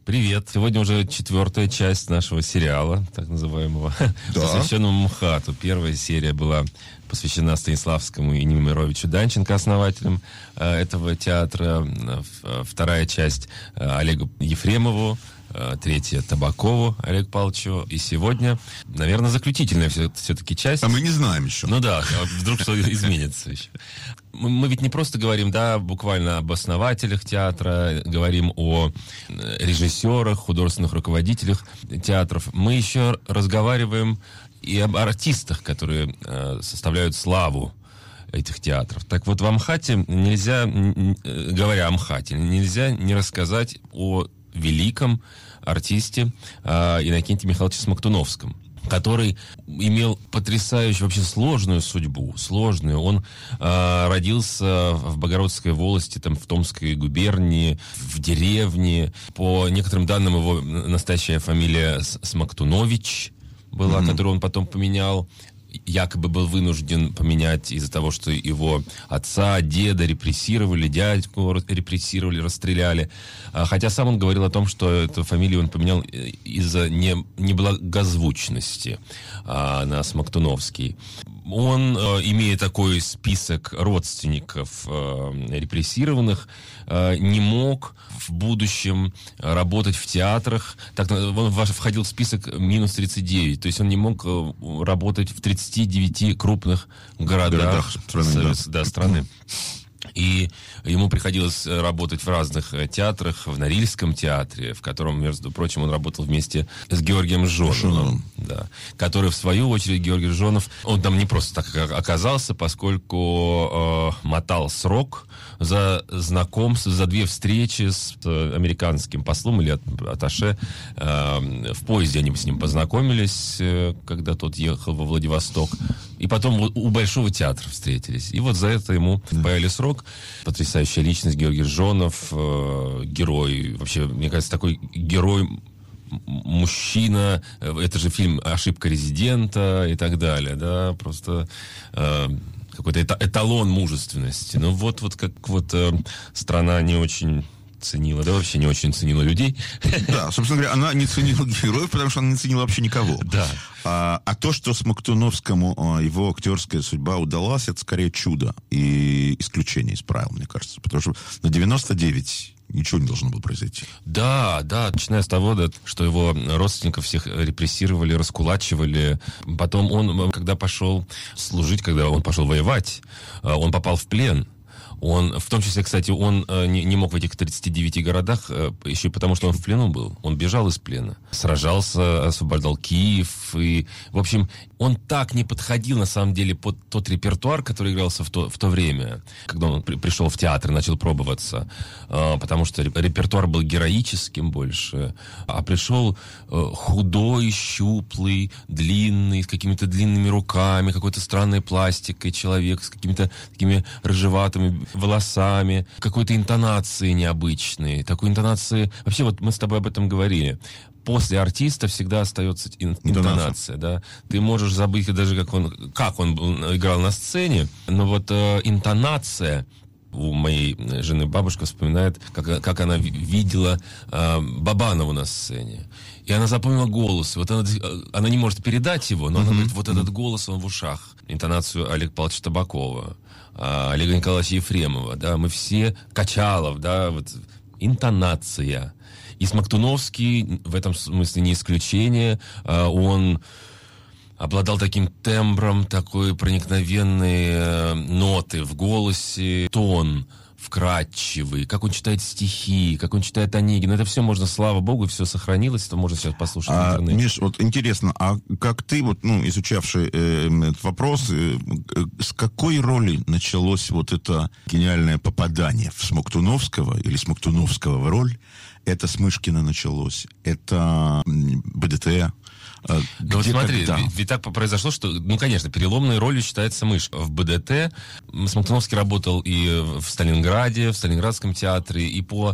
Привет. Сегодня уже 4-я часть нашего сериала, так называемого, посвященного МХАТу. Первая серия была посвящена Станиславскому и Немировичу Данченко, основателям этого театра. Вторая часть Олегу Ефремову. Третья Табакову Олегу Павловичу. И сегодня, наверное, заключительная все-таки часть. А мы не знаем еще. Ну да, вдруг что изменится еще. Мы ведь не просто говорим, буквально об основателях театра, говорим о режиссерах, художественных руководителях театров. Мы еще разговариваем и об артистах, которые составляют славу этих театров. Так вот, в Амхате нельзя, говоря о Амхате, нельзя не рассказать о великом артисте Иннокентии Михайловиче Смоктуновском, который имел потрясающую, вообще сложную судьбу, сложную. Он родился в Богородской волости, там, в Томской губернии, в деревне. По некоторым данным, его настоящая фамилия Смоктунович была, которую он потом поменял. Якобы был вынужден поменять из-за того, что его отца, деда репрессировали, дядьку репрессировали, расстреляли. Хотя сам он говорил о том, что эту фамилию он поменял из-за неблагозвучности на Смоктуновский. Он, имея такой список родственников репрессированных, не мог в будущем работать в театрах. Так, он входил в список минус 39. То есть он не мог работать в 39 крупных городах страны. И ему приходилось работать в разных театрах, в Норильском театре, в котором, между прочим, он работал вместе с Георгием Жоновым, который, в свою очередь, Георгий Жонов, он там не просто так оказался, поскольку мотал срок за знакомство, за 2 встречи с американским послом или атташе. В поезде они с ним познакомились, когда тот ехал во Владивосток. И потом у Большого театра встретились. И вот за это ему паяли срок. Потрясающая личность Георгий Жонов, герой. Вообще, мне кажется, такой герой, мужчина. Это же фильм «Ошибка резидента» и так далее. Да, просто какой-то эталон мужественности. Ну вот как страна не очень ценила, вообще не очень ценила людей. Да, собственно говоря, она не ценила героев, потому что она не ценила вообще никого. Да. А то, что Смоктуновскому его актерская судьба удалась, это скорее чудо и исключение из правил, мне кажется. Потому что на 99 ничего не должно было произойти. Да, начиная с того, что его родственников всех репрессировали, раскулачивали. Потом он, когда пошел служить, когда он пошел воевать, он попал в плен. Он, в том числе, кстати, он не мог в этих 39 городах, еще и потому, что он в плену был. Он бежал из плена, сражался, освобождал Киев. И, в общем, он так не подходил, на самом деле, под тот репертуар, который игрался в то время, когда он пришел в театр и начал пробоваться. Потому что репертуар был героическим больше. А пришел худой, щуплый, длинный, с какими-то длинными руками, какой-то странной пластикой человек, с какими-то такими рыжеватыми волосами, какой-то интонации необычной. Такой интонации... Вообще, вот мы с тобой об этом говорили. После артиста всегда остается интонация, да. Ты можешь забыть даже, как он играл на сцене, но вот интонация... У моей жены бабушка вспоминает, как она видела Бабанову на сцене. И она запомнила голос. Вот она не может передать его, но она говорит, вот этот голос, он в ушах. Интонацию Олега Павловича Табакова, Олега Николаевича Ефремова, да, мы все, Качалов, да, вот интонация. И Смоктуновский в этом смысле не исключение. Он обладал таким тембром, такой проникновенные ноты в голосе, тон вкрадчивый, как он читает стихи, как он читает Онегина. Это все можно, слава богу, все сохранилось, это можно сейчас послушать в интернете. Миш, вот интересно, а как ты, изучавший этот вопрос, с какой роли началось вот это гениальное попадание в Смоктуновского или Смоктуновского в роль? Это с Мышкина началось, это БДТ. Ну вот смотри, ведь так произошло, что, конечно, переломной ролью считается Мышкин. В БДТ Смоктуновский работал и в Сталинграде, в Сталинградском театре, и по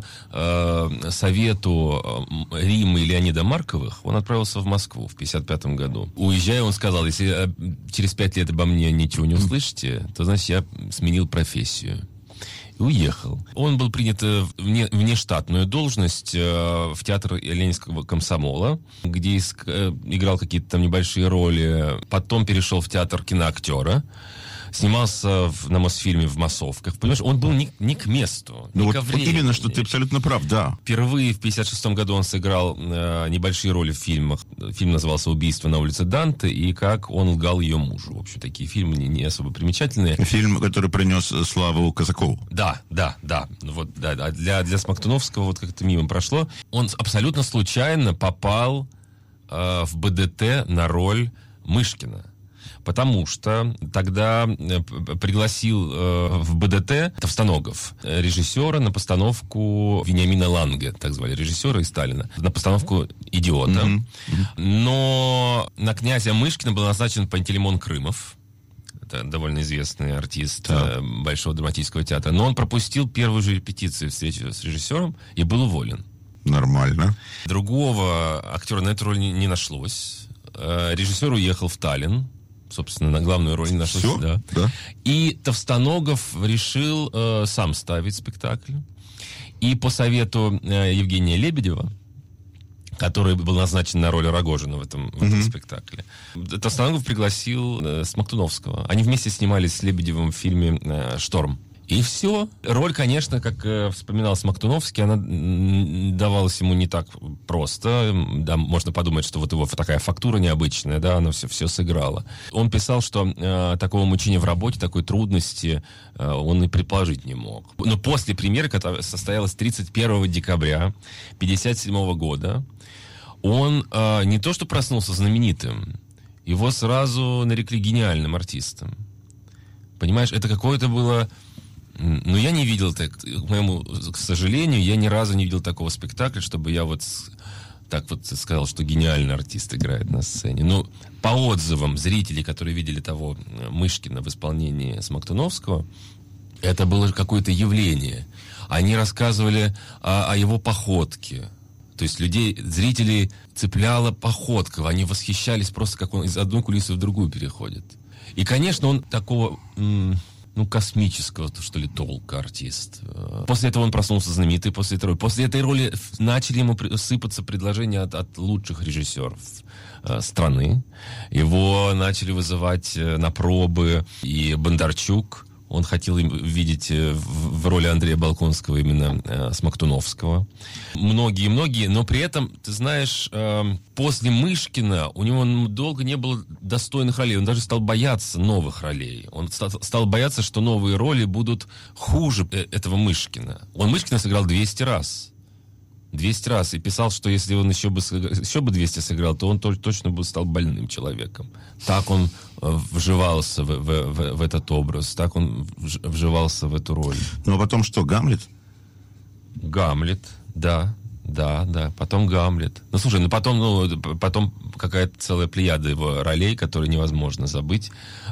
совету Риммы и Леонида Марковых он отправился в Москву в 1955 году. Уезжая, он сказал, если через 5 лет обо мне ничего не услышите, то, значит, я сменил профессию. и уехал. Он был принят в внештатную должность в театр Ленинского комсомола, где играл какие-то там небольшие роли. Потом перешел в театр киноактера. Снимался на Мосфильме в массовках. Понимаешь, он был не к месту, не ко времени. Вот именно, что ты абсолютно прав, да. Впервые в 1956 году он сыграл небольшие роли в фильмах. Фильм назывался «Убийство на улице Данте» и «Как он лгал ее мужу». В общем, такие фильмы не особо примечательные. Фильм, который принес славу Казакову. Да. Вот, да. Для Смоктуновского вот как-то мимо прошло. Он абсолютно случайно попал в БДТ на роль Мышкина. Потому что тогда пригласил в БДТ Товстоногов, режиссера, на постановку Вениамина Ланге, так звали режиссера, и Сталина, на постановку «Идиота». Но на князя Мышкина был назначен Пантелеймон Крымов. Это довольно известный артист Большого драматического театра. Но он пропустил первую же репетицию встречи с режиссером и был уволен. Нормально. Другого актера на эту роль не нашлось. Режиссер уехал в Таллин. Собственно, на главную роль не нашлось. Все? Да. И Товстоногов решил сам ставить спектакль. И по совету Евгения Лебедева, который был назначен на роль Рогожина в этом спектакле, Товстоногов пригласил Смоктуновского. Они вместе снимались с Лебедевым в фильме «Шторм». И все. Роль, конечно, как вспоминал Смоктуновский, она давалась ему не так просто. Да, можно подумать, что вот его такая фактура необычная, да, она все сыграла. Он писал, что такого мучения в работе, такой трудности он и предположить не мог. Но после премьеры, которая состоялась 31 декабря 1957 года, он не то что проснулся знаменитым, его сразу нарекли гениальным артистом. Понимаешь, это какое-то было... Ну, я не видел, к сожалению, я ни разу не видел такого спектакля, чтобы я вот так вот сказал, что гениальный артист играет на сцене. Ну, по отзывам зрителей, которые видели того Мышкина в исполнении Смоктуновского, это было какое-то явление. Они рассказывали о его походке. То есть зрителей цепляла походка. Они восхищались просто, как он из одной кулисы в другую переходит. И, конечно, он такого... космического, что ли, толка артист. После этого он проснулся знаменитый, после этой роли начали ему сыпаться предложения от лучших режиссеров страны. Его начали вызывать на пробы и Бондарчук. Он хотел видеть в роли Андрея Болконского именно Смоктуновского. Многие, но при этом, ты знаешь, после Мышкина у него долго не было достойных ролей. Он даже стал бояться новых ролей. Он стал бояться, что новые роли будут хуже этого Мышкина. Он Мышкина сыграл 200 раз. 200 раз. И писал, что если он еще бы 200 сыграл, то он точно бы стал больным человеком. Так он вживался в этот образ, так он вживался в эту роль. Ну, а потом что, Гамлет? Гамлет, да. Потом Гамлет. Ну, слушай, потом какая-то целая плеяда его ролей, которые невозможно забыть.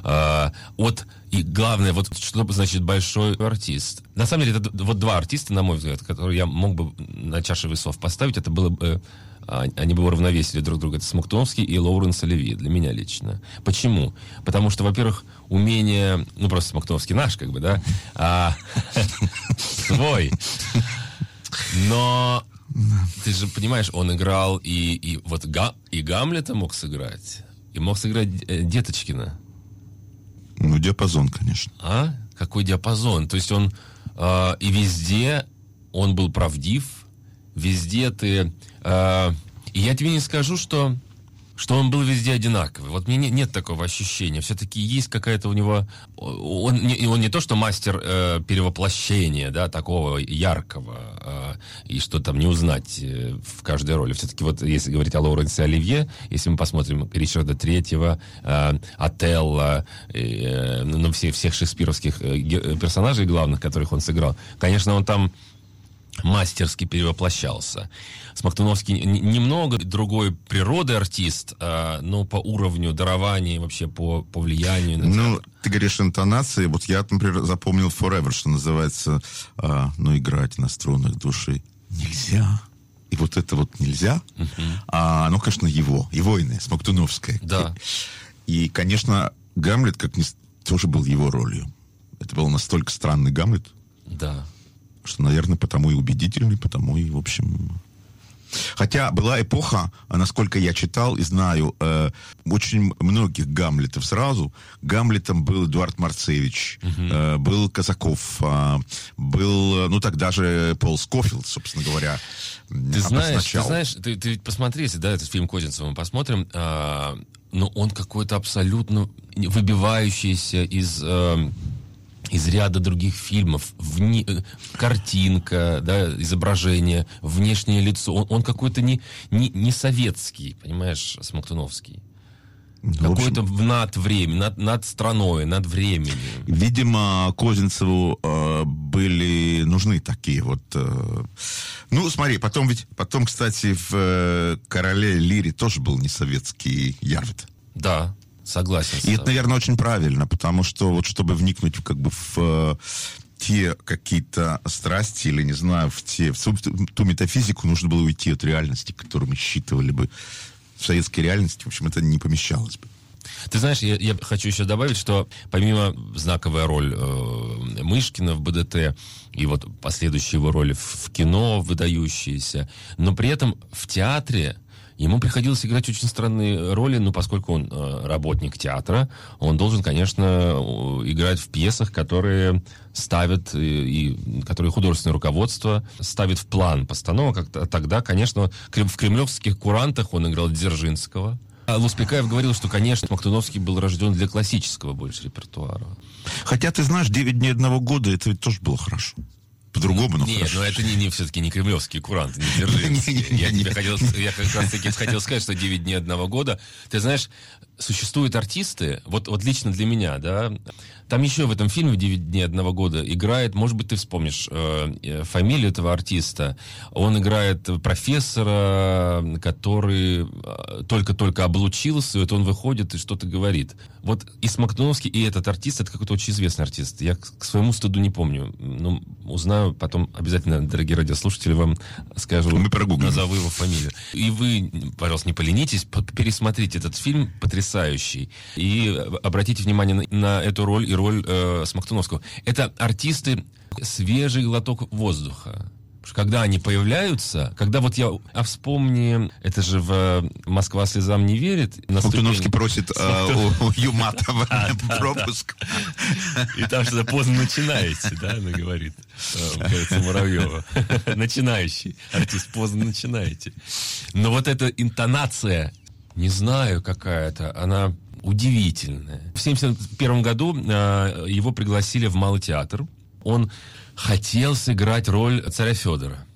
И главное, вот что значит большой артист. На самом деле, это вот два артиста, на мой взгляд, которые я мог бы на чаше весов поставить. Это было бы... Они бы уравновесили друг друга. Это Смоктуновский и Лоуренс Оливье, для меня лично. Почему? Потому что, во-первых, умение... Ну, просто Смоктуновский наш, как бы, да? Свой. Но... Ты же понимаешь, он играл и Гамлета мог сыграть, и мог сыграть Деточкина. Ну, диапазон, конечно. Какой диапазон? То есть он и везде он был правдив, везде ты... И я тебе не скажу, что он был везде одинаковый. Вот мне нет такого ощущения. Все-таки есть какая-то у него... Он не то, что мастер перевоплощения, да, такого яркого, и что там не узнать в каждой роли. Все-таки вот если говорить о Лоуренсе Оливье, если мы посмотрим Ричарда Третьего, Отелло, всех шекспировских персонажей главных, которых он сыграл, конечно, он там мастерски перевоплощался. Смоктуновский немного другой природы артист, но по уровню дарования, вообще по влиянию на театр. Ты говоришь интонации. Вот я, например, запомнил Forever, что называется, играть на струнах души нельзя. И вот это вот нельзя. Оно, конечно, его имя, Смоктуновское. Да. И, конечно, Гамлет тоже был его ролью. Это был настолько странный Гамлет. Да. Что, наверное, потому и убедительный, потому и, в общем... Хотя была эпоха, насколько я читал и знаю, очень многих Гамлетов сразу. Гамлетом был Эдуард Марцевич, был Казаков, был, ну, тогда же Пол Скофилд, собственно говоря. Ты знаешь, ты ведь посмотри, если, да, этот фильм Козинцева мы посмотрим, но он какой-то абсолютно выбивающийся из ряда других фильмов. Картинка, да, изображение, внешнее лицо. Он какой-то не советский, понимаешь, Смоктуновский. Какой-то над временем, над страной, над временем. Видимо, Козинцеву были нужны такие вот... Ну, смотри, потом, кстати, в «Короле Лире» тоже был не советский Ярвид. Да. Согласен. И это, наверное, очень правильно, потому что вот чтобы вникнуть как бы в те какие-то страсти или, не знаю, в ту метафизику, нужно было уйти от реальности, которую мы считывали бы в советской реальности. В общем, это не помещалось бы. Ты знаешь, я хочу еще добавить, что помимо знаковой роли Мышкина в БДТ и вот последующие его роли в кино выдающиеся, но при этом в театре ему приходилось играть очень странные роли, но поскольку он работник театра, он должен, конечно, играть в пьесах, которые ставят, и которые художественное руководство ставит в план постановок. Тогда, конечно, в «Кремлевских курантах» он играл Дзержинского. А Луспекаев говорил, что, конечно, Смоктуновский был рожден для классического больше репертуара. Хотя, ты знаешь, «9 дней одного года» это ведь тоже было хорошо. По-другому, но нет, хорошо. но это все-таки не кремлевские куранты, не Дзержинский. Я как раз таки хотел сказать, что 9 дней одного года. Ты знаешь, существуют артисты, вот лично для меня, да, там еще в этом фильме 9 дней одного года играет, может быть, ты вспомнишь фамилию этого артиста. Он играет профессора, который только-только облучился, и вот он выходит и что-то говорит. Вот и Смоктуновский, и этот артист, это какой-то очень известный артист. Я к своему стыду не помню. Ну, узнаю, потом обязательно, дорогие радиослушатели, вам скажу, назову его фамилию. И вы, пожалуйста, не поленитесь, пересмотрите этот фильм потрясающий и обратите внимание на эту роль и роль Смоктуновского. Это артисты свежий глоток воздуха. Когда они появляются, когда вот вспомни, это же в «Москва слезам не верит». Смоктуновский просит у Юматова пропуск. И там что-то поздно начинаете, да, она говорит, кажется, Муравьева. Начинающий артист, поздно начинаете. Но вот эта интонация, не знаю, какая-то, она удивительная. В 1971 году его пригласили в Малый театр. Он хотел сыграть роль царя Федора,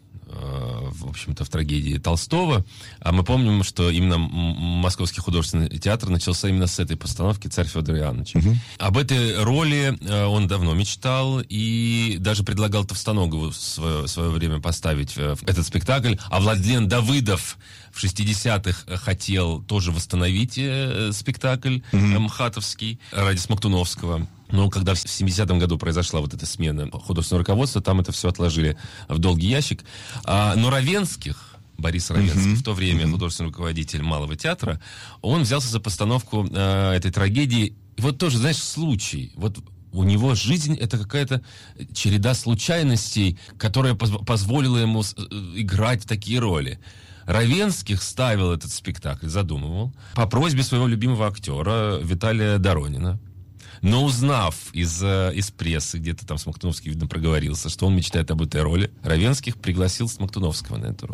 в общем-то, в трагедии Толстого. А мы помним, что именно Московский художественный театр начался именно с этой постановки «Царь Федор Иоаннович». Об этой роли он давно мечтал и даже предлагал Товстоногову в свое время поставить этот спектакль. А Владлен Давыдов в 60-х хотел тоже восстановить спектакль МХАТовский ради Смоктуновского. Но когда в 70-м году произошла вот эта смена художественного руководства, там это все отложили в долгий ящик. Но Равенских, Борис Равенский, в то время художественный руководитель Малого театра, он взялся за постановку этой трагедии. И вот тоже, знаешь, случай. Вот у него жизнь — это какая-то череда случайностей, которая позволила ему играть в такие роли. Равенских ставил этот спектакль, задумывал, по просьбе своего любимого актера Виталия Доронина. Но узнав из прессы, где-то там Смоктуновский, видно, проговорился, что он мечтает об этой роли, Равенских пригласил Смоктуновского на эту роль.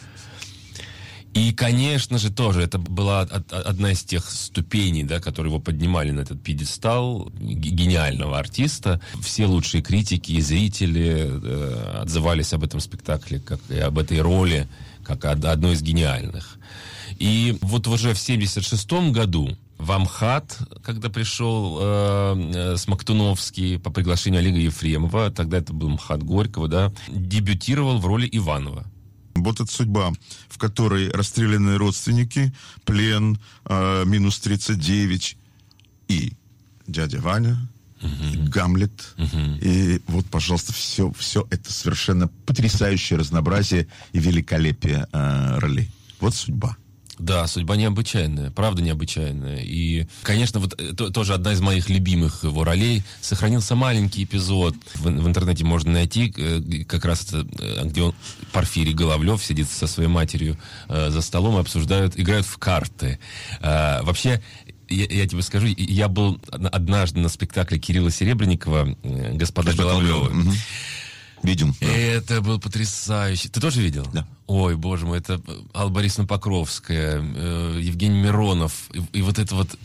И, конечно же, тоже это была одна из тех ступеней, да, которые его поднимали на этот пьедестал гениального артиста. Все лучшие критики и зрители отзывались об этом спектакле, как и об этой роли, как о одной из гениальных. И вот уже в 1976 году в Амхат, когда пришел Смоктуновский по приглашению Олега Ефремова, тогда это был МХАТ Горького, да, дебютировал в роли Иванова. Вот эта судьба, в которой расстрелянные родственники, плен, минус 39 и дядя Ваня, и Гамлет. И вот, пожалуйста, все это совершенно потрясающее разнообразие и великолепие ролей. Вот судьба. Да, судьба необычайная, правда необычайная. И, конечно, вот тоже одна из моих любимых его ролей. Сохранился маленький эпизод. В интернете можно найти, как раз это, где он, Порфирий Головлев, сидит со своей матерью за столом и обсуждают, играют в карты. Вообще, я тебе скажу, я был однажды на спектакле Кирилла Серебренникова «Господа Головлевы». Угу. Видим. Да. Это был потрясающе. Ты тоже видел? Да. Ой, боже мой, это Алла Борисовна Покровская, Евгений Миронов. И вот это вот...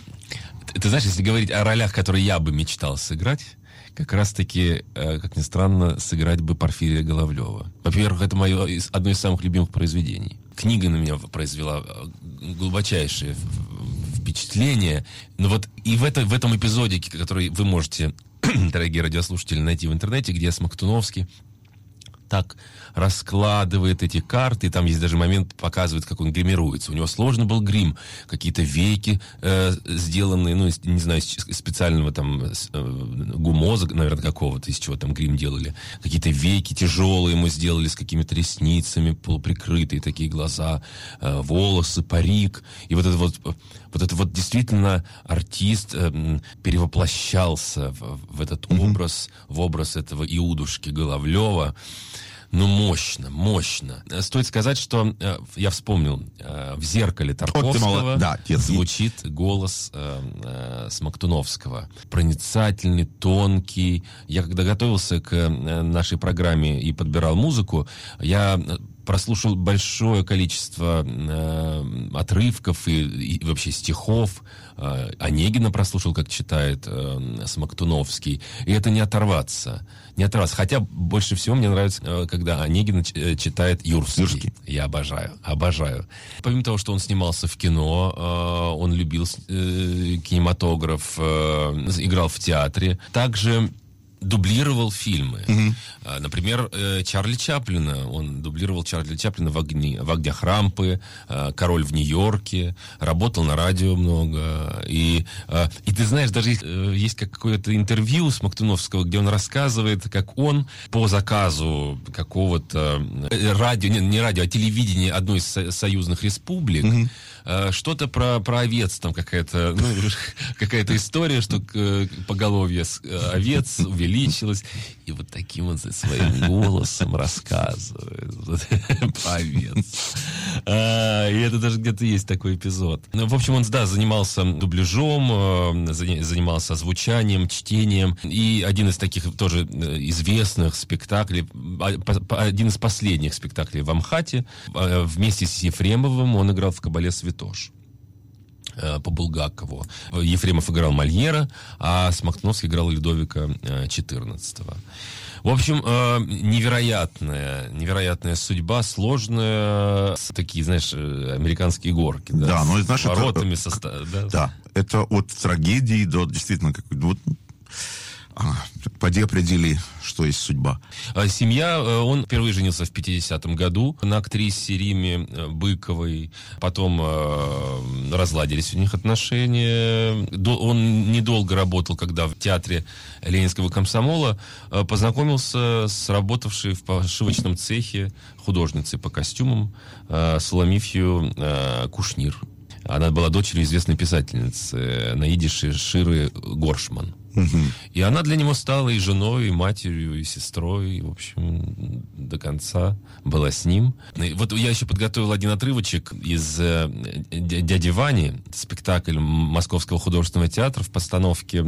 Ты знаешь, если говорить о ролях, которые я бы мечтал сыграть, как раз-таки, как ни странно, сыграть бы Порфирия Головлева. Во-первых, это мое одно из самых любимых произведений. Книга на меня произвела глубочайшее впечатление. Но вот и в этом эпизоде, который вы можете... дорогие радиослушатели, найти в интернете, где Смоктуновский так раскладывает эти карты, и там есть даже момент, показывает, как он гримируется. У него сложно был грим, какие-то веки сделанные, ну, не знаю, из специального там гумоза, наверное, какого-то, из чего там грим делали. Какие-то веки тяжелые ему сделали с какими-то ресницами, полуприкрытые такие глаза, волосы, парик. И вот это вот действительно артист перевоплощался в этот образ, в образ этого Иудушки Головлева. Ну, мощно. Стоит сказать, что я вспомнил, в «Зеркале» Тарковского звучит голос Смоктуновского. Проницательный, тонкий. Я когда готовился к нашей программе и подбирал музыку, я прослушал большое количество отрывков и вообще стихов. Онегина прослушал, как читает Смоктуновский. И это не оторваться. Хотя больше всего мне нравится, когда Онегин читает Юрский. Я обожаю. Помимо того, что он снимался в кино, он любил кинематограф, играл в театре. Также дублировал фильмы. Например, Чарли Чаплина. Он дублировал Чарли Чаплина в «Огнях Рампы», «Король в Нью-Йорке», работал на радио много. И ты знаешь, даже есть какое-то интервью Смоктуновского, где он рассказывает, как он по заказу какого-то радио, не радио, а телевидения одной из союзных республик, что-то про овец, там какая-то история, что поголовье овец увеличилось, и вот таким вот своим голосом рассказывает про овец. И это даже где-то есть такой эпизод. В общем, он, занимался дубляжом, занимался озвучанием, чтением, и один из таких тоже известных спектаклей, один из последних спектаклей в Амхате, вместе с Ефремовым он играл в «Кабале Святош» по Булгакову. Ефремов играл Мольера, а Смоктуновский играл Людовика XIV. В общем, невероятная судьба, сложная, такие, знаешь, американские горки. Да, но знаешь, воротами да, это от трагедии до действительно какой-то... Поди определи, что есть судьба. Семья, он впервые женился в 50-м году на актрисе Риме Быковой. Потом разладились у них отношения. Он недолго работал, когда в театре Ленинского комсомола познакомился с работавшей в пошивочном цехе художницей по костюмам Суламифью Кушнир. Она была дочерью известной писательницы на идише Ширы Горшман. И она для него стала и женой, и матерью, и сестрой. И, в общем, до конца была с ним. И вот я еще подготовил один отрывочек из «Дяди Вани», спектакль Московского художественного театра в постановке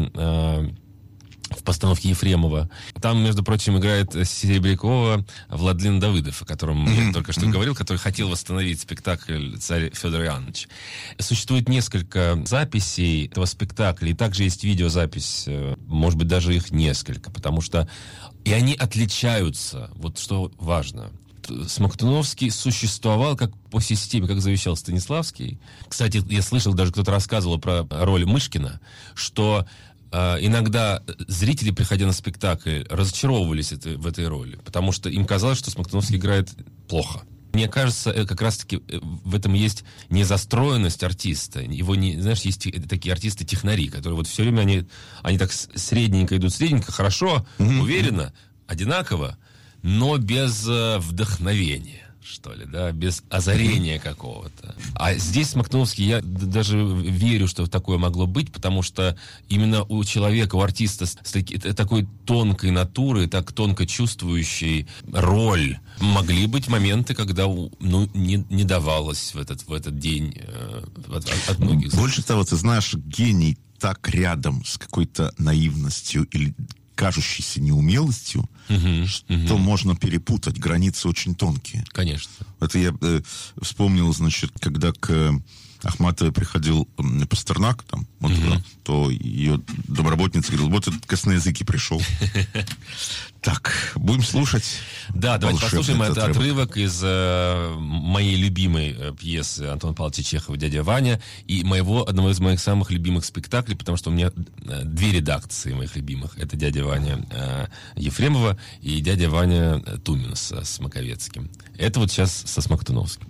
Ефремова. Там, между прочим, играет Серебрякова Владлен Давыдов, о котором я только что говорил, который хотел восстановить спектакль «Царь Федор Иоаннович». Существует несколько записей этого спектакля, и также есть видеозапись, может быть, даже их несколько, потому что и они отличаются, вот что важно. Смоктуновский существовал как по системе, как завещал Станиславский. Кстати, я слышал, даже кто-то рассказывал про роль Мышкина, что иногда зрители, приходя на спектакль, разочаровывались в этой роли, потому что им казалось, что Смоктуновский играет плохо. Мне кажется, как раз-таки в этом есть незастроенность артиста. Его не, знаешь, есть такие артисты-технари, которые вот все время они так средненько идут, хорошо, уверенно, одинаково, но без вдохновения. что ли, да, без озарения какого-то. А здесь Смоктуновский, я даже верю, что такое могло быть, потому что именно у человека, у артиста с такой тонкой натурой, так тонко чувствующей роль, могли быть моменты, когда не давалось в этот день от многих. Больше того, ты знаешь, гений так рядом с какой-то наивностью или кажущейся неумелостью, что можно перепутать. Границы очень тонкие. Конечно. Это я вспомнил, значит, когда к Ахматовой приходил Пастернак, там, то ее домработница говорила, вот этот косноязыкий пришел. Так, будем слушать. Да, давайте послушаем этот отрывок из моей любимой пьесы Антона Павловича Чехова «Дядя Ваня» и одного из моих самых любимых спектаклей, потому что у меня две редакции моих любимых. Это «Дядя Ваня» Ефремова и «Дядя Ваня» Тумина с Маковецким. Это вот сейчас со Смоктуновским.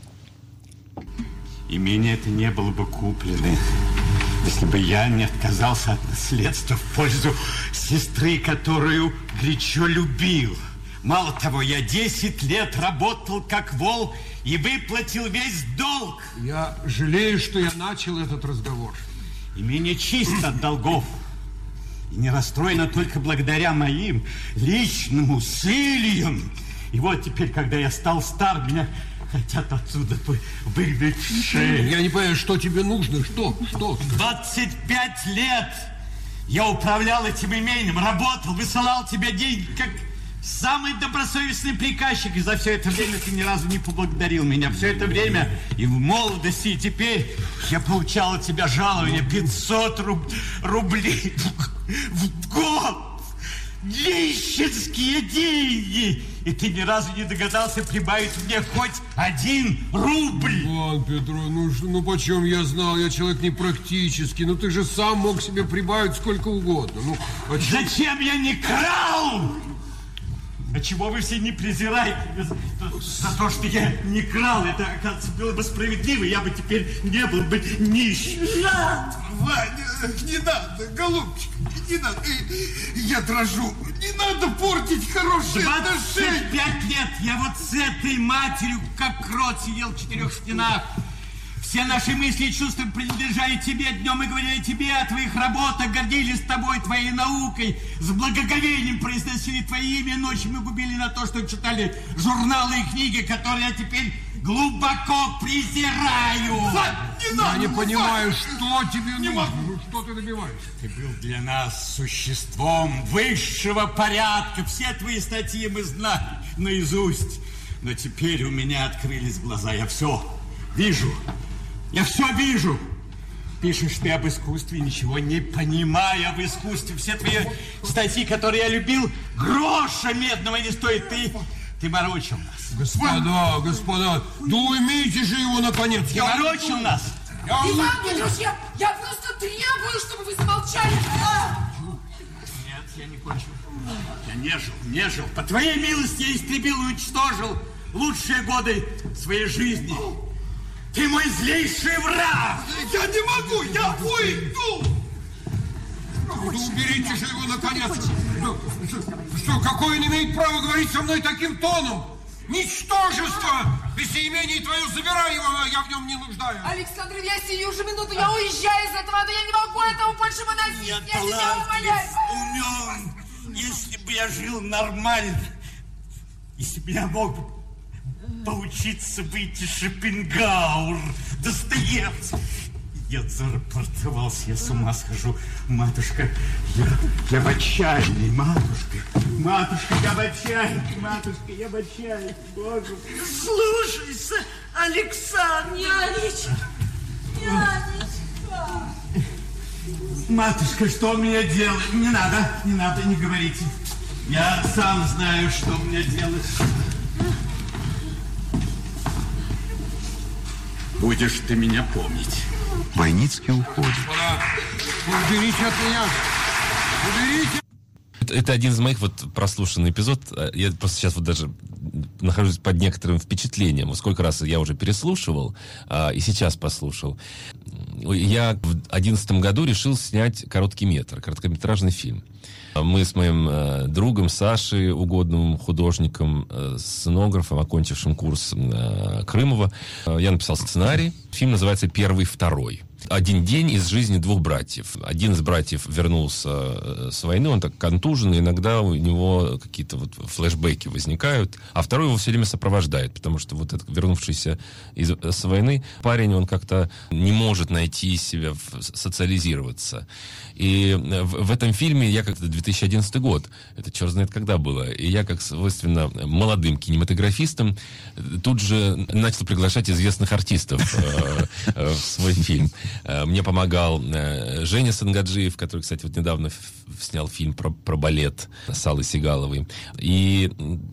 Имение это не было бы куплено, если бы я не отказался от наследства в пользу сестры, которую горячо любил. Мало того, я 10 лет работал как вол и выплатил весь долг. Я жалею, что я начал этот разговор. Имение чисто от долгов. И не расстроено только благодаря моим личным усилиям. И вот теперь, когда я стал стар, меня хотят отсюда выгнать в шею. Я не понимаю, что тебе нужно, что? 25 лет я управлял этим имением, работал, высылал тебе деньги, как самый добросовестный приказчик. И за все это время ты ни разу не поблагодарил меня. Все это время и в молодости, и теперь я получал от тебя жалование 500 рублей в год. Нищенские деньги! И ты ни разу не догадался прибавить мне хоть 1 рубль! Иван Петрович, ну почем я знал? Я человек непрактический. Ну ты же сам мог себе прибавить сколько угодно. Ну, Зачем я не крал? А чего вы все не презираете за то, что я не крал? Это, оказывается, было бы справедливо. Я бы теперь не был бы нищим. Ваня, не надо, голубчик, не надо. Я дрожу. Не надо портить хорошие отношения. 25 лет я вот с этой матерью, как крот, сидел в 4 стенах. Все наши мысли и чувства принадлежали тебе. Днем мы говорили тебе о твоих работах, гордились тобой, твоей наукой, с благоговением произносили твои имя, ночью мы губили на то, что читали журналы и книги, которые я теперь глубоко презираю. Не надо, я не понимаю, что тебе нужно, ну, что ты добиваешься? Ты был для нас существом высшего порядка. Все твои статьи мы знали наизусть. Но теперь у меня открылись глаза. Я все вижу. Я все вижу. Пишешь ты об искусстве, ничего не понимая в искусстве. Все твои статьи, которые я любил, гроша медного не стоит. Ты морочил нас. Господа, да уймите же его, наконец. Ты морочил нас. Иван Петрович, я просто требую, чтобы вы замолчали. Нет, я не кончил. Я не жил. По твоей милости я истребил и уничтожил лучшие годы своей жизни. Ты мой злейший враг! Я не могу, я уйду! Да уберите же его, наконец! Что, какой он имеет право говорить со мной таким тоном? Ничтожество! Местоимение твое, забирай его, я в нем не нуждаюсь. Александр, я сию же минуту, я уезжаю из этого, но я не могу этого больше выносить. Я тебя умоляю. умен. Если бы я жил нормально, если бы я мог поучиться выйти Шопенгауэр, Достоевский. Я зарапортовался, я с ума схожу. Матушка, я в отчаянии, матушка. Матушка, я в отчаянии, матушка, я в отчаянии, Боже. Слушайся, Александр. Нянечка. Матушка, что мне делать? Не надо, не говорите. Я сам знаю, что мне делать. Будешь ты меня помнить. Войницкий уходит. Уберите от меня! Уберите! Это один из моих прослушанных эпизодов. Я просто сейчас даже нахожусь под некоторым впечатлением. Сколько раз я уже переслушивал, и сейчас послушал. Я в 2011 году решил снять короткометражный фильм. Мы с моим другом Сашей, угодным художником, сценографом, окончившим курс Крымова, я написал сценарий. Фильм называется «Первый, второй». Один день из жизни двух братьев. Один из братьев вернулся с войны, он так контужен, и иногда у него какие-то вот флешбеки возникают, а второй его все время сопровождает, потому что вот этот вернувшийся с войны парень, он как-то не может найти себя, социализироваться. И в этом фильме я как-то 2011 год, это черт знает когда было, и я, как свойственно молодым кинематографистом, тут же начал приглашать известных артистов в свой фильм. Мне помогал Женя Сангаджиев, который, кстати, вот недавно снял фильм про балет с Аллой Сигаловой. И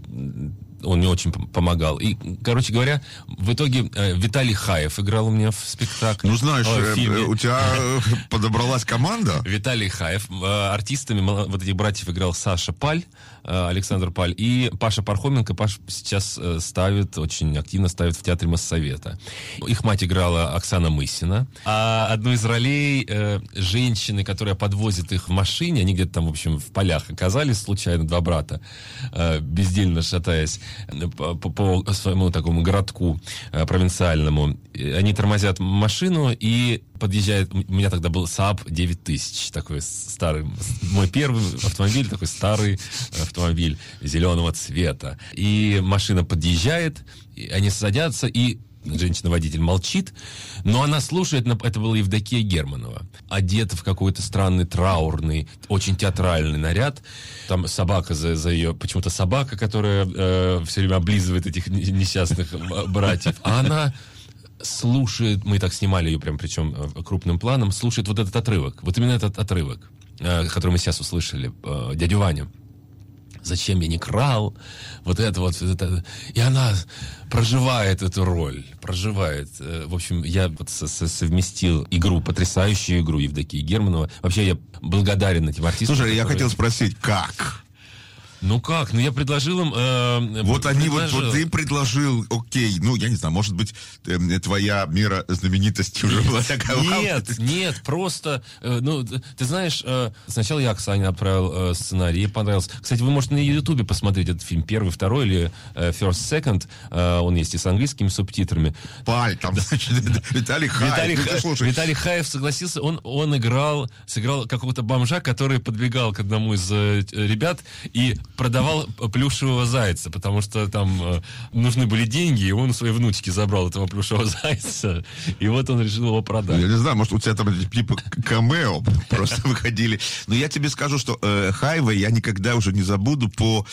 он мне очень помогал. И, короче говоря, в итоге Виталий Хаев играл у меня в спектакле. Ну, знаешь, у тебя подобралась команда. Виталий Хаев. Артистами вот этих братьев играл Саша Паль, Александр Паль, и Паша Пархоменко. Паша сейчас очень активно ставит в театре Моссовета. Их мать играла Оксана Мысина. А одну из ролей женщины, которая подвозит их в машине, они где-то там, в общем, в полях оказались случайно, два брата, бездельно шатаясь по своему такому городку провинциальному. Они тормозят машину и подъезжает... У меня тогда был Saab 9000, такой старый... Мой первый автомобиль, такой старый автомобиль зеленого цвета. И машина подъезжает, и они садятся, и женщина-водитель молчит, но она слушает, это была Евдокия Германова, одета в какой-то странный траурный, очень театральный наряд. Там собака за ее... Почему-то собака, которая все время облизывает этих несчастных братьев. А она слушает, мы так снимали ее прям, причем крупным планом, слушает вот этот отрывок. Вот именно этот отрывок, который мы сейчас услышали, дядю Ваню. «Зачем я не крал?» Вот это вот. Это. И она проживает эту роль. Проживает. В общем, я вот совместил игру, потрясающую игру Евдокии Германова. Вообще, я благодарен этим артистам. Слушай, я хотел спросить, как? Ну как? Ну я предложил им... Вот ты предложил, окей, ну я не знаю, может быть, твоя мера знаменитости уже была такова. Нет, просто, ты знаешь, сначала я Оксане отправил сценарий, ей понравился. Кстати, вы можете на Ютубе посмотреть этот фильм, первый, второй или First, Second, он есть и с английскими субтитрами. Паль, там, значит, Виталий Хаев. Виталий Хаев согласился, он сыграл какого-то бомжа, который подбегал к одному из ребят и продавал плюшевого зайца, потому что там нужны были деньги, и он у своей внучки забрал этого плюшевого зайца, и вот он решил его продать. Я не знаю, может, у тебя там типа камео просто выходили. Но я тебе скажу, что Хаева я никогда уже не забуду по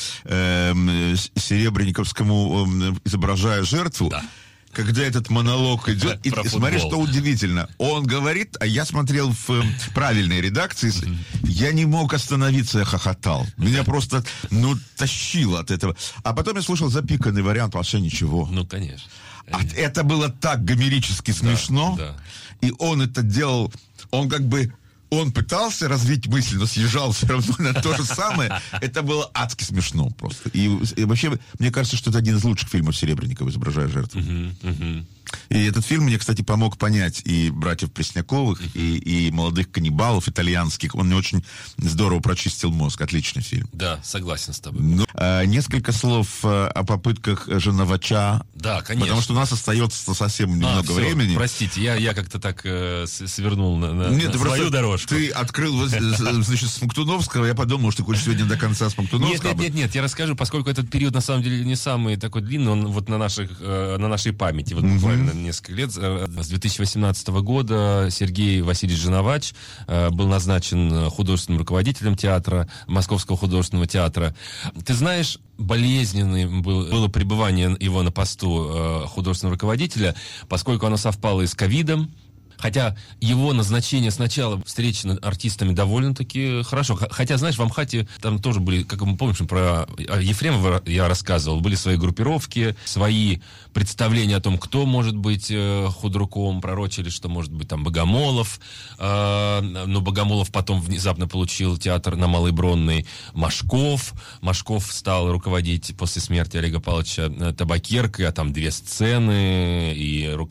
Серебренниковскому «Изображая жертву». Да. Когда этот монолог идет, и смотри, что удивительно. Он говорит, а я смотрел в правильной редакции, я не мог остановиться, я хохотал. Меня просто, тащило от этого. А потом я слушал запиканный вариант, вообще ничего. Ну, конечно. Это было так гомерически смешно, да. И он это делал, он пытался развить мысль, но съезжал все равно на то же самое. Это было адски смешно просто. И вообще, мне кажется, что это один из лучших фильмов Серебренникова, «Изображая жертву». И этот фильм мне, кстати, помог понять и братьев Пресняковых, и молодых каннибалов итальянских. Он мне очень здорово прочистил мозг. Отличный фильм. Да, согласен с тобой. Несколько слов о попытках Женовача. Да, конечно. Потому что у нас остается совсем немного времени. Простите, я как-то так свернул на свою дорожку. Ты открыл, значит, Смоктуновского, я подумал, что ты хочешь сегодня до конца Смоктуновского. Нет, я расскажу, поскольку этот период, на самом деле, не самый такой длинный, он вот на нашей памяти, вот буквально несколько лет. С 2018 года Сергей Васильевич Женовач был назначен художественным руководителем театра, Московского художественного театра. Ты знаешь, болезненным было пребывание его на посту художественного руководителя, поскольку оно совпало и с ковидом. Хотя его назначение сначала встречено артистами довольно-таки хорошо. Хотя, знаешь, в Амхате там тоже были, как мы помним, про Ефремова я рассказывал, были свои группировки, свои представления о том, кто может быть худруком, пророчили, что может быть там Богомолов. Но Богомолов потом внезапно получил театр на Малой Бронной. Машков стал руководить после смерти Олега Павловича Табакеркой, а там 2 сцены, и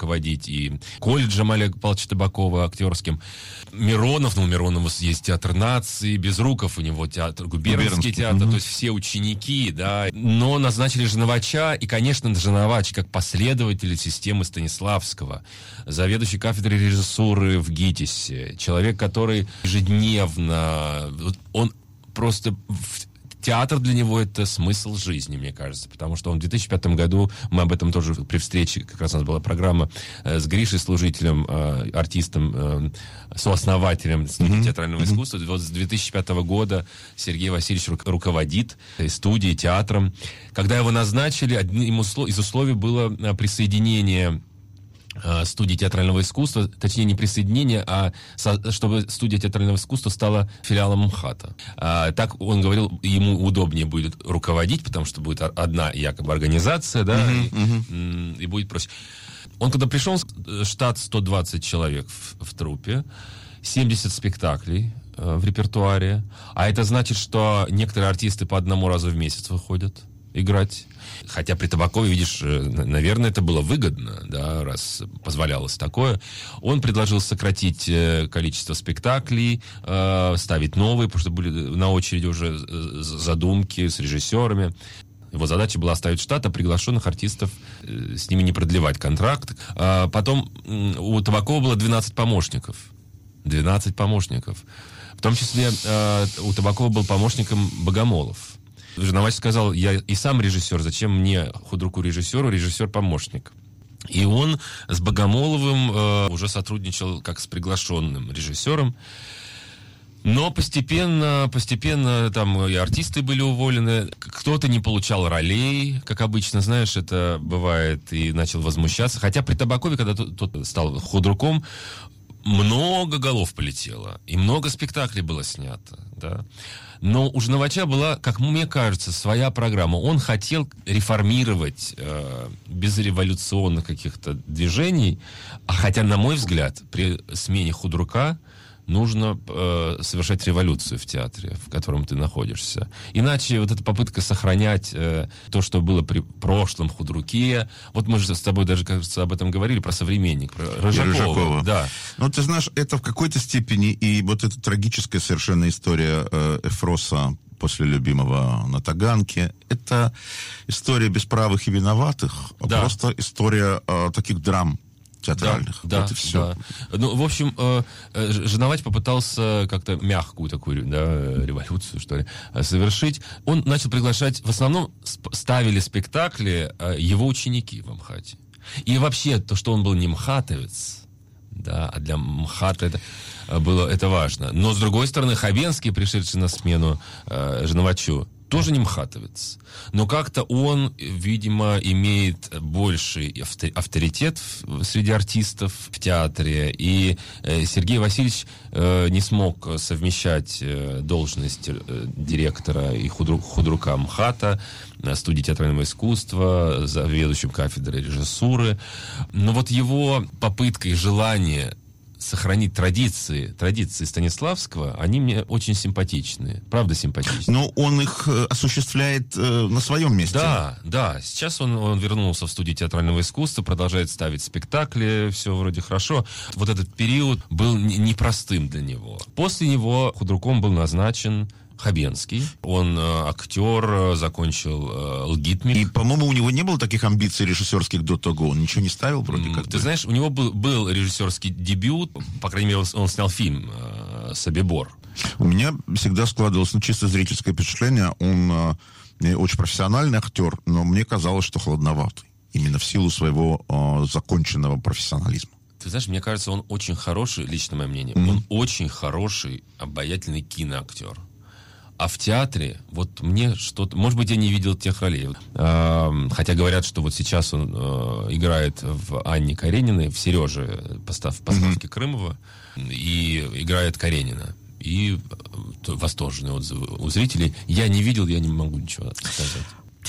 руководить и колледжем Олега Павловича Табакова актерским. Миронов, у Миронова есть театр нации, Безруков, у него театр, губернский театр, то есть все ученики, да. Но назначили Жановача, и, конечно, Жановач, как последователь системы Станиславского, заведующий кафедрой режиссуры в ГИТИСе, человек, который ежедневно, он просто... Театр для него — это смысл жизни, мне кажется, потому что он в 2005 году, мы об этом тоже при встрече, как раз у нас была программа с Гришей Служителем, артистом, сооснователем студии театрального искусства. Вот с 2005 года Сергей Васильевич руководит студией, театром. Когда его назначили, одним из условий было присоединение студии театрального искусства, точнее не присоединение, а чтобы студия театрального искусства стала филиалом МХАТа. Так он говорил, ему удобнее будет руководить, потому что будет одна якобы организация, да, и будет проще. Он когда пришел, штат 120 человек в труппе, 70 спектаклей в репертуаре, а это значит, что некоторые артисты по одному разу в месяц выходят играть. Хотя при Табакове, видишь, наверное, это было выгодно, да, раз позволялось такое. Он предложил сократить количество спектаклей, ставить новые, потому что были на очереди уже задумки с режиссерами. Его задача была оставить штат, а приглашенных артистов с ними не продлевать контракт. Потом у Табакова было 12 помощников. 12 помощников. В том числе у Табакова был помощником Богомолов. Жановач сказал, я и сам режиссер, зачем мне, худруку режиссеру, режиссер-помощник? И он с Богомоловым уже сотрудничал как с приглашенным режиссером. Но постепенно там и артисты были уволены, кто-то не получал ролей, как обычно, знаешь, это бывает, и начал возмущаться. Хотя при Табакове, когда тот стал худруком, много голов полетело, и много спектаклей было снято, да. Но у Жановача была, как мне кажется, своя программа. Он хотел реформировать без революционных каких-то движений, хотя, на мой взгляд, при смене худрука нужно совершать революцию в театре, в котором ты находишься. Иначе вот эта попытка сохранять то, что было при прошлом худруке. Вот мы же с тобой даже, кажется, об этом говорили, про «Современник», про Рыжакова. Да. Ну, ты знаешь, это в какой-то степени и вот эта трагическая совершенно история Эфроса после «Любимого» на Таганке. Это история бесправых и виноватых, да. Просто история таких драм театральных. Да, вот и все. Да. Ну, в общем, Жановач попытался как-то мягкую такую, да, революцию, что ли, совершить. Он начал приглашать, в основном ставили спектакли его ученики в МХАТе. И вообще, то, что он был не мхатовец, да, а для МХАТа это важно. Но, с другой стороны, Хабенский, пришедший на смену Жановачу, тоже не мхатовец. Но как-то он, видимо, имеет больший авторитет среди артистов в театре. И Сергей Васильевич не смог совмещать должность директора и худрука МХАТа, студии театрального искусства, заведующим кафедрой режиссуры. Но вот его попытка и желание сохранить традиции Станиславского, они мне очень симпатичны. Правда, симпатичны. Но он их осуществляет на своем месте. Да. Сейчас он вернулся в студию театрального искусства, продолжает ставить спектакли, все вроде хорошо. Вот этот период был непростым для него. После него худруком был назначен Хабенский. Он актер, закончил ЛГИТМИК. И, по-моему, у него не было таких амбиций режиссерских до того. Он ничего не ставил вроде как. Ты знаешь, у него был режиссерский дебют. По крайней мере, он снял фильм «Собибор». У меня всегда складывалось, чисто зрительское впечатление. Он очень профессиональный актер, но мне казалось, что холодноватый. Именно в силу своего законченного профессионализма. Ты знаешь, мне кажется, он очень хороший, лично мое мнение, он очень хороший, обаятельный киноактер. А в театре, вот мне что-то... Может быть, я не видел тех ролей. Хотя говорят, что вот сейчас он играет в Анне Карениной, в Сереже, постановке Крымова, и играет Каренина. И восторженные отзывы у зрителей. Я не видел, я не могу ничего сказать.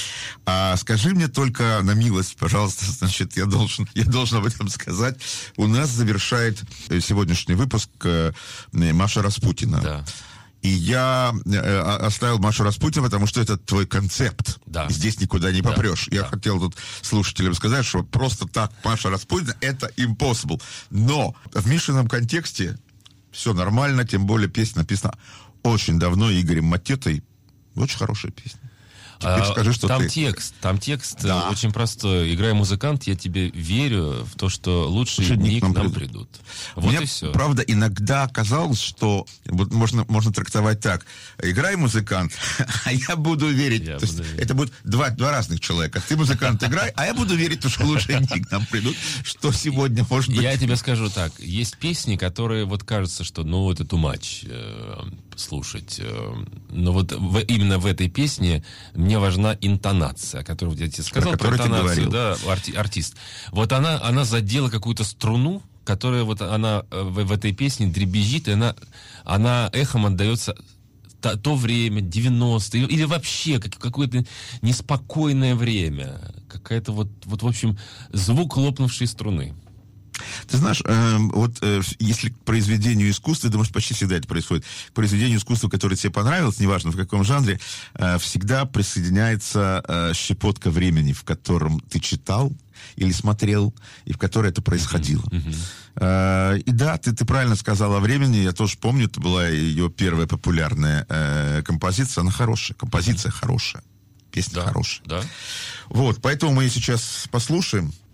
А скажи мне только на милость, пожалуйста, значит, я должен об этом сказать. У нас завершает сегодняшний выпуск Маша Распутина. Да. И я оставил Машу Распутину, потому что это твой концепт. Да. Здесь никуда не попрешь. Я хотел тут слушателям сказать, что просто так Маша Распутина — это impossible. Но в Мишином контексте все нормально, тем более песня написана очень давно Игорем Матетой. Очень хорошая песня. Теперь скажи, что там ты... текст Да. очень простой. Играй, музыкант, я тебе верю в то, что лучшие дни к нам придут. Вот Мне, и все. правда, иногда казалось, что вот можно трактовать так. Играй, музыкант, а я буду верить. То есть это будет два разных человека. Ты, музыкант, играй, а я буду верить, что лучшие дни к нам придут. Что сегодня может быть... Я тебе скажу так. Есть песни, которые вот кажется, что ну это too much слушать. Но вот именно в этой песне мне важна интонация, которую я тебе сказал, про интонацию, да, артист. Вот она задела какую-то струну, которая вот она в этой песне дребезжит, и она эхом отдается то время, 90-е, или вообще какое-то неспокойное время. Какая-то вот в общем, звук лопнувшей струны. Ты знаешь, если к произведению искусства, я думаю, что почти всегда это происходит, к произведению искусства, которое тебе понравилось, неважно в каком жанре, всегда присоединяется щепотка времени, в котором ты читал или смотрел, и в которой это происходило. И да, ты правильно сказал о времени, я тоже помню, это была ее первая популярная композиция, она хорошая, композиция хорошая, песня хорошая. Да. Вот, поэтому мы ее сейчас послушаем.